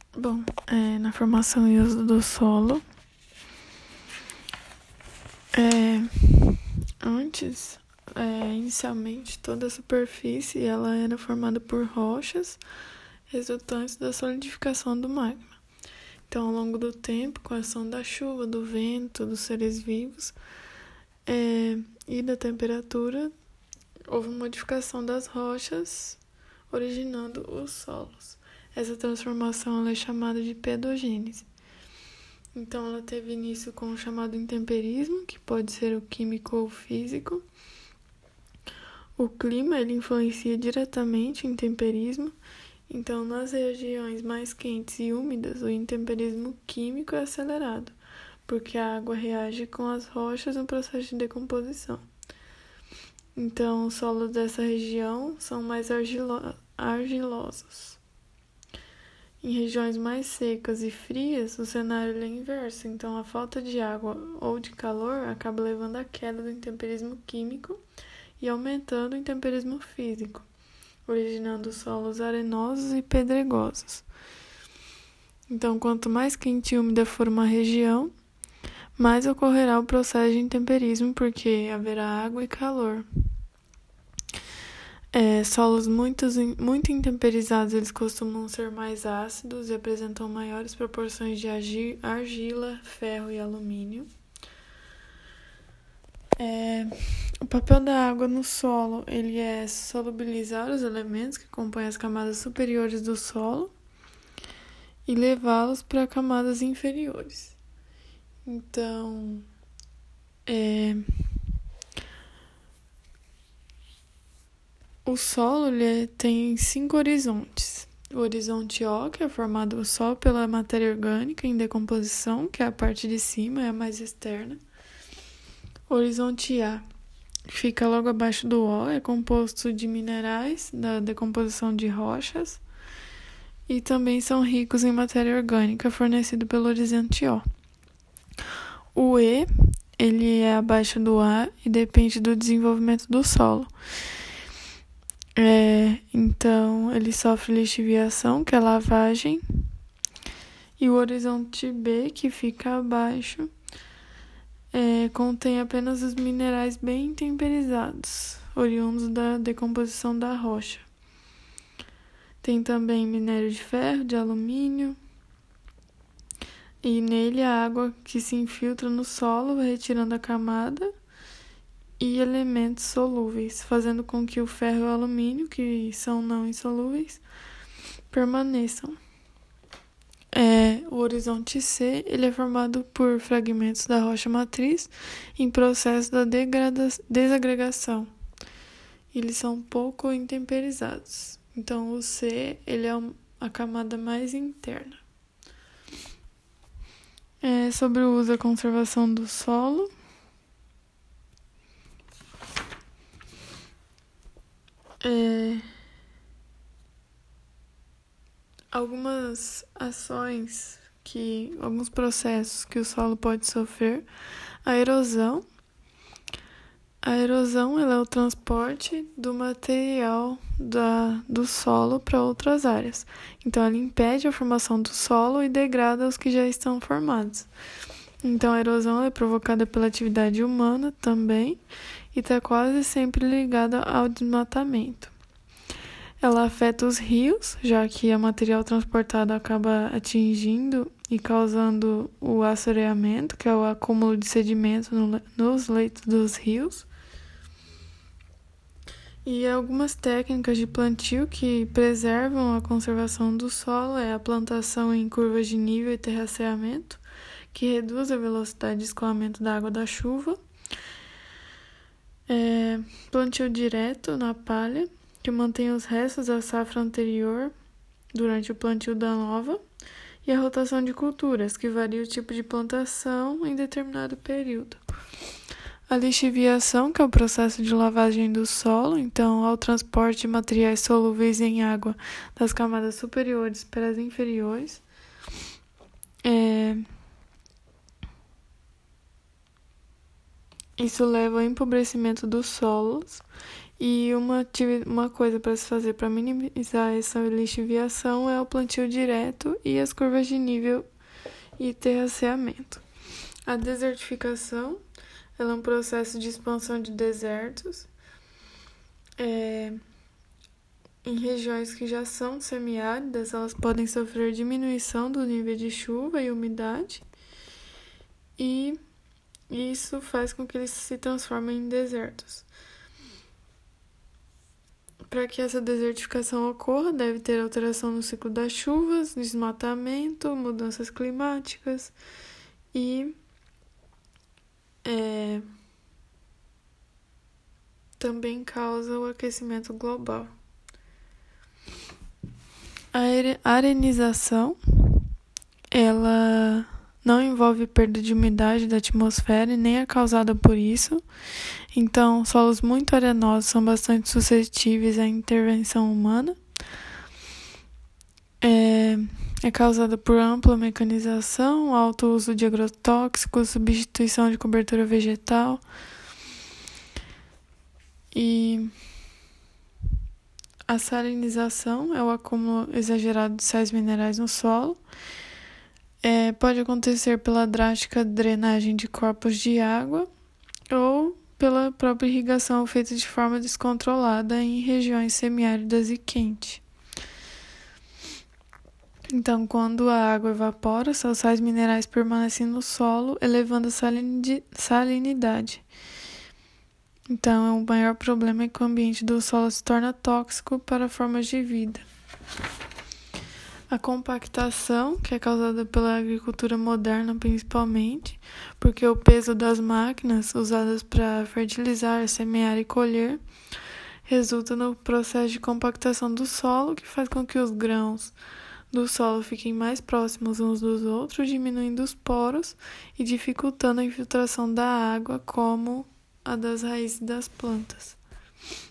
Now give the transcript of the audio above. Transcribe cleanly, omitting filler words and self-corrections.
Bom, na formação e uso do solo, antes, inicialmente, toda a superfície ela era formada por rochas resultantes da solidificação do magma. Então, ao longo do tempo, com a ação da chuva, do vento, dos seres vivos e da temperatura, houve modificação das rochas, originando os solos. Essa transformação ela é chamada de pedogênese. Então, ela teve início com o chamado intemperismo, que pode ser o químico ou o físico. O clima ele influencia diretamente o intemperismo. Então, nas regiões mais quentes e úmidas, o intemperismo químico é acelerado, porque a água reage com as rochas no processo de decomposição. Então, os solos dessa região são mais argilosos. Em regiões mais secas e frias, o cenário é inverso. Então, a falta de água ou de calor acaba levando à queda do intemperismo químico e aumentando o intemperismo físico, originando solos arenosos e pedregosos. Então, quanto mais quente e úmida for uma região, mais ocorrerá o processo de intemperismo, porque haverá água e calor. Solos muito intemperizados, eles costumam ser mais ácidos e apresentam maiores proporções de argila, ferro e alumínio. O papel da água no solo, ele é solubilizar os elementos que compõem as camadas superiores do solo e levá-los para camadas inferiores. Então, o solo ele tem 5 horizontes. O horizonte O, que é formado só pela matéria orgânica em decomposição, que é a parte de cima, é a mais externa. O horizonte A, que fica logo abaixo do O, é composto de minerais da decomposição de rochas e também são ricos em matéria orgânica fornecido pelo horizonte O. O E, ele é abaixo do A e depende do desenvolvimento do solo. Então, ele sofre lixiviação, que é lavagem, e o horizonte B, que fica abaixo, contém apenas os minerais bem temperizados, oriundos da decomposição da rocha. Tem também minério de ferro, de alumínio, e nele a água que se infiltra no solo, retirando a camada, e elementos solúveis, fazendo com que o ferro e o alumínio, que são não insolúveis, permaneçam. O horizonte C ele é formado por fragmentos da rocha matriz em processo da desagregação. Eles são pouco intemperizados. Então, o C ele é a camada mais interna. Sobre o uso e a conservação do solo. Algumas ações alguns processos que o solo pode sofrer. A erosão. A erosão ela é o transporte do material do solo para outras áreas. Então, ela impede a formação do solo e degrada os que já estão formados. Então, a erosão é provocada pela atividade humana também e está quase sempre ligada ao desmatamento. Ela afeta os rios, já que o material transportado acaba atingindo e causando o assoreamento, que é o acúmulo de sedimento nos leitos dos rios. E algumas técnicas de plantio que preservam a conservação do solo é a plantação em curvas de nível e terraceamento, que reduz a velocidade de escoamento da água da chuva. Plantio direto na palha, que mantém os restos da safra anterior durante o plantio da nova, e a rotação de culturas, que varia o tipo de plantação em determinado período. A lixiviação, que é o processo de lavagem do solo, então, ao transporte de materiais solúveis em água das camadas superiores para as inferiores. Isso leva ao empobrecimento dos solos E uma coisa para se fazer para minimizar essa lixiviação é o plantio direto e as curvas de nível e terraceamento. A desertificação ela é um processo de expansão de desertos em regiões que já são semiáridas, elas podem sofrer diminuição do nível de chuva e umidade, e isso faz com que eles se transformem em desertos. Para que essa desertificação ocorra, deve ter alteração no ciclo das chuvas, desmatamento, mudanças climáticas e também causa o aquecimento global. A arenização, ela não envolve perda de umidade da atmosfera e nem é causada por isso. Então, solos muito arenosos são bastante suscetíveis à intervenção humana. É causada por ampla mecanização, alto uso de agrotóxicos, substituição de cobertura vegetal e a salinização é o acúmulo exagerado de sais minerais no solo. Pode acontecer pela drástica drenagem de corpos de água ou pela própria irrigação feita de forma descontrolada em regiões semiáridas e quentes. Então, quando a água evapora, seus sais minerais permanecem no solo, elevando a salinidade. Então, o maior problema é que o ambiente do solo se torna tóxico para formas de vida. A compactação, que é causada pela agricultura moderna principalmente, porque o peso das máquinas usadas para fertilizar, semear e colher resulta no processo de compactação do solo, que faz com que os grãos do solo fiquem mais próximos uns dos outros, diminuindo os poros e dificultando a infiltração da água, como a das raízes das plantas.